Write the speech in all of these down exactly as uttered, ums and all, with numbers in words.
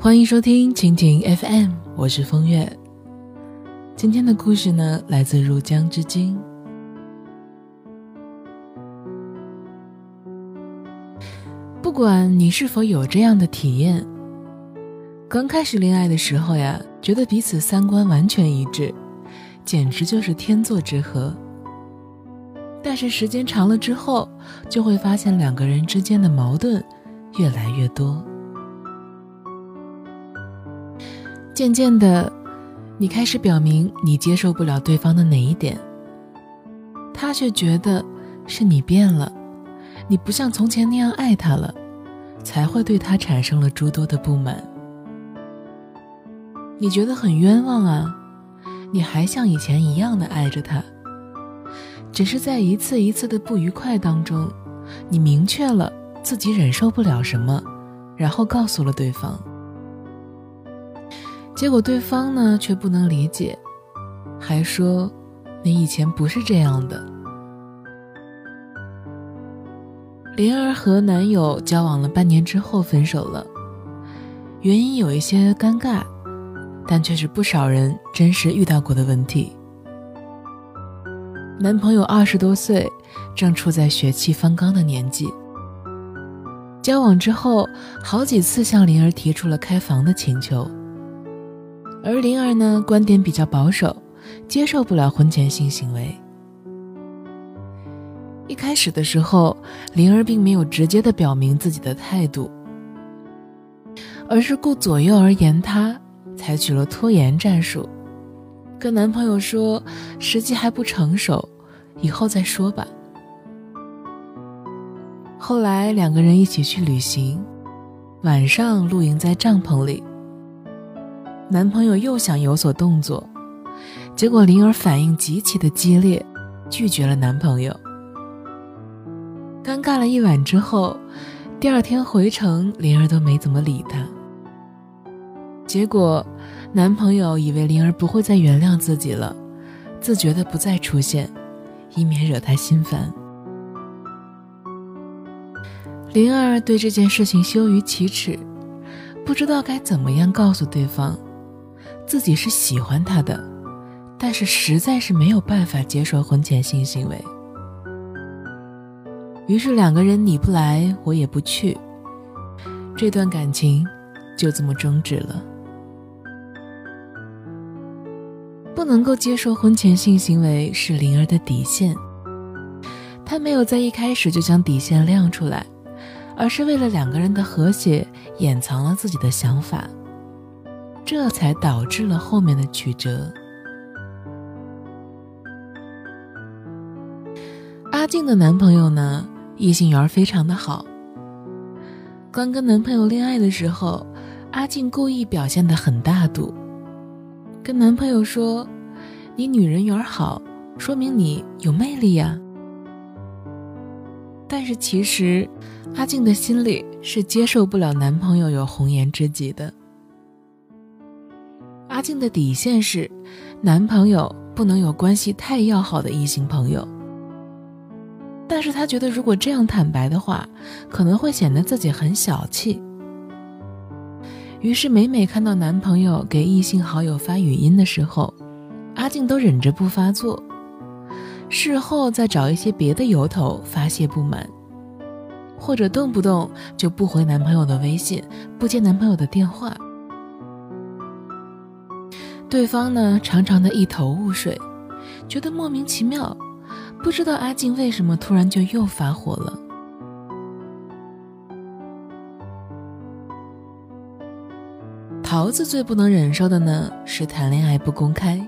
欢迎收听蜻蜓 F M， 我是风月。今天的故事呢，来自入江之鲸。不管你是否有这样的体验，刚开始恋爱的时候呀，觉得彼此三观完全一致，简直就是天作之合。但是时间长了之后，就会发现两个人之间的矛盾越来越多。渐渐的，你开始表明你接受不了对方的哪一点，他却觉得是你变了，你不像从前那样爱他了，才会对他产生了诸多的不满。你觉得很冤枉啊，你还像以前一样的爱着他，只是在一次一次的不愉快当中，你明确了自己忍受不了什么，然后告诉了对方。结果对方呢却不能理解，还说你以前不是这样的。灵儿和男友交往了半年之后分手了，原因有一些尴尬，但却是不少人真实遇到过的问题。男朋友二十多岁，正处在血气方刚的年纪，交往之后好几次向灵儿提出了开房的请求，而灵儿呢，观点比较保守，接受不了婚前性行为。一开始的时候，灵儿并没有直接的表明自己的态度，而是顾左右而言他，采取了拖延战术，跟男朋友说时机还不成熟，以后再说吧。后来两个人一起去旅行，晚上露营在帐篷里，男朋友又想有所动作，结果灵儿反应极其的激烈，拒绝了男朋友。尴尬了一晚之后，第二天回程，灵儿都没怎么理他。结果男朋友以为灵儿不会再原谅自己了，自觉的不再出现，以免惹他心烦。灵儿对这件事情羞于启齿，不知道该怎么样告诉对方自己是喜欢他的，但是实在是没有办法接受婚前性行为。于是两个人你不来我也不去，这段感情就这么终止了。不能够接受婚前性行为是灵儿的底线，她没有在一开始就将底线亮出来，而是为了两个人的和谐掩藏了自己的想法，这才导致了后面的曲折。阿静的男朋友呢，异性缘非常的好。刚跟男朋友恋爱的时候，阿静故意表现得很大度，跟男朋友说，你女人缘好，说明你有魅力呀。但是其实阿静的心里是接受不了男朋友有红颜知己的。阿静的底线是，男朋友不能有关系太要好的异性朋友。但是她觉得如果这样坦白的话，可能会显得自己很小气。于是每每看到男朋友给异性好友发语音的时候，阿静都忍着不发作，事后再找一些别的由头发泄不满，或者动不动就不回男朋友的微信，不接男朋友的电话。对方呢，常常的一头雾水，觉得莫名其妙，不知道阿静为什么突然就又发火了。桃子最不能忍受的呢，是谈恋爱不公开。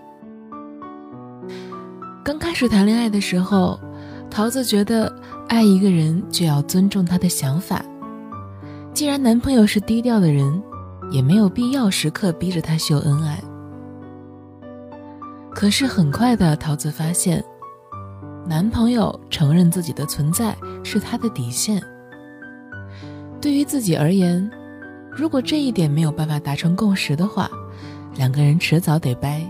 刚开始谈恋爱的时候，桃子觉得爱一个人就要尊重他的想法，既然男朋友是低调的人，也没有必要时刻逼着他秀恩爱。可是很快的，桃子发现男朋友承认自己的存在是他的底线。对于自己而言，如果这一点没有办法达成共识的话，两个人迟早得掰。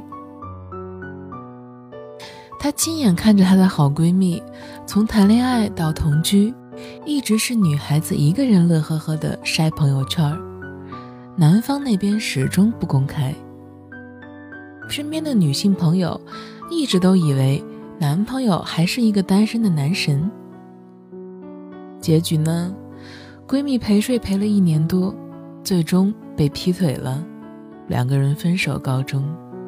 她亲眼看着她的好闺蜜从谈恋爱到同居，一直是女孩子一个人乐呵呵的晒朋友圈， 男方那边始终不公开。身边的女性朋友一直都以为男朋友还是一个单身的男神。结局呢，闺蜜陪睡陪了一年多，最终被劈腿了，两个人分手告终。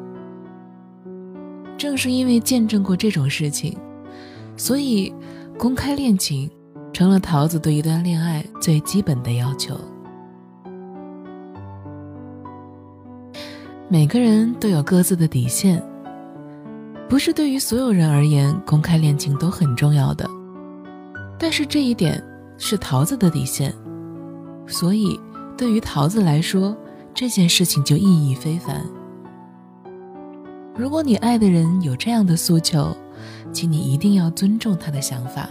正是因为见证过这种事情，所以公开恋情成了桃子对一段恋爱最基本的要求。每个人都有各自的底线，不是对于所有人而言公开恋情都很重要的，但是这一点是桃子的底线，所以对于桃子来说，这件事情就意义非凡。如果你爱的人有这样的诉求，请你一定要尊重他的想法。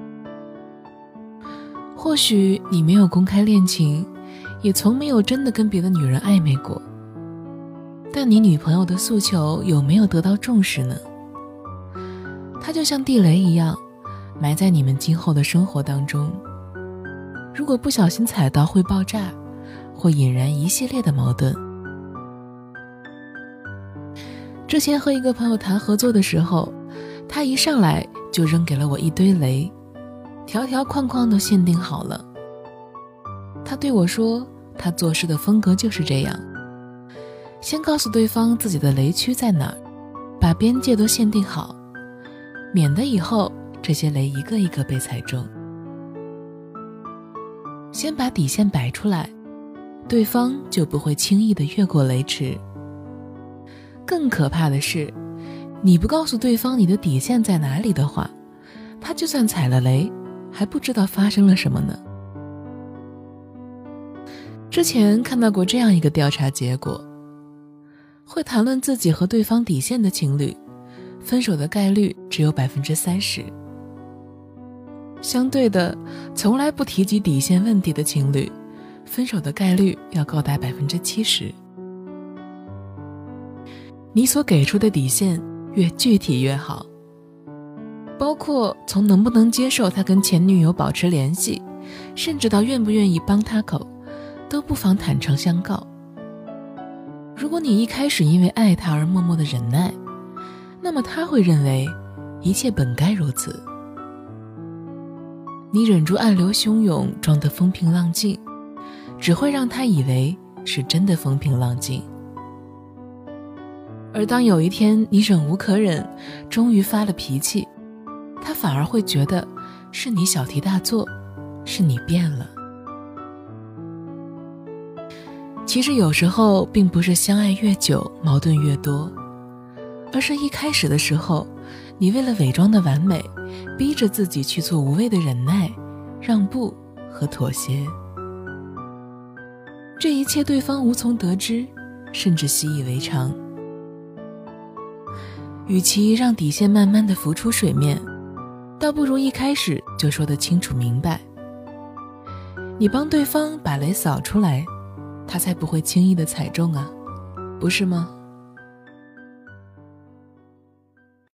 或许你没有公开恋情，也从没有真的跟别的女人暧昧过，但你女朋友的诉求有没有得到重视呢？它就像地雷一样，埋在你们今后的生活当中。如果不小心踩到，会爆炸，会引燃一系列的矛盾。之前和一个朋友谈合作的时候，他一上来就扔给了我一堆雷，条条框框都限定好了。他对我说，他做事的风格就是这样，先告诉对方自己的雷区在哪儿，把边界都限定好，免得以后这些雷一个一个被踩中。先把底线摆出来，对方就不会轻易地越过雷池。更可怕的是，你不告诉对方你的底线在哪里的话，他就算踩了雷，还不知道发生了什么呢。之前看到过这样一个调查结果，会谈论自己和对方底线的情侣，分手的概率只有 百分之三十。 相对的，从来不提及底线问题的情侣，分手的概率要高达 百分之七十。 你所给出的底线越具体越好，包括从能不能接受他跟前女友保持联系，甚至到愿不愿意帮他口，都不妨坦诚相告。如果你一开始因为爱他而默默的忍耐，那么他会认为一切本该如此。你忍住暗流汹涌，装得风平浪静，只会让他以为是真的风平浪静。而当有一天你忍无可忍，终于发了脾气，他反而会觉得是你小题大做，是你变了。其实有时候并不是相爱越久矛盾越多，而是一开始的时候，你为了伪装的完美，逼着自己去做无谓的忍耐、让步和妥协。这一切对方无从得知，甚至习以为常。与其让底线慢慢地浮出水面，倒不如一开始就说得清楚明白。你帮对方把雷扫出来，他才不会轻易地踩中啊，不是吗？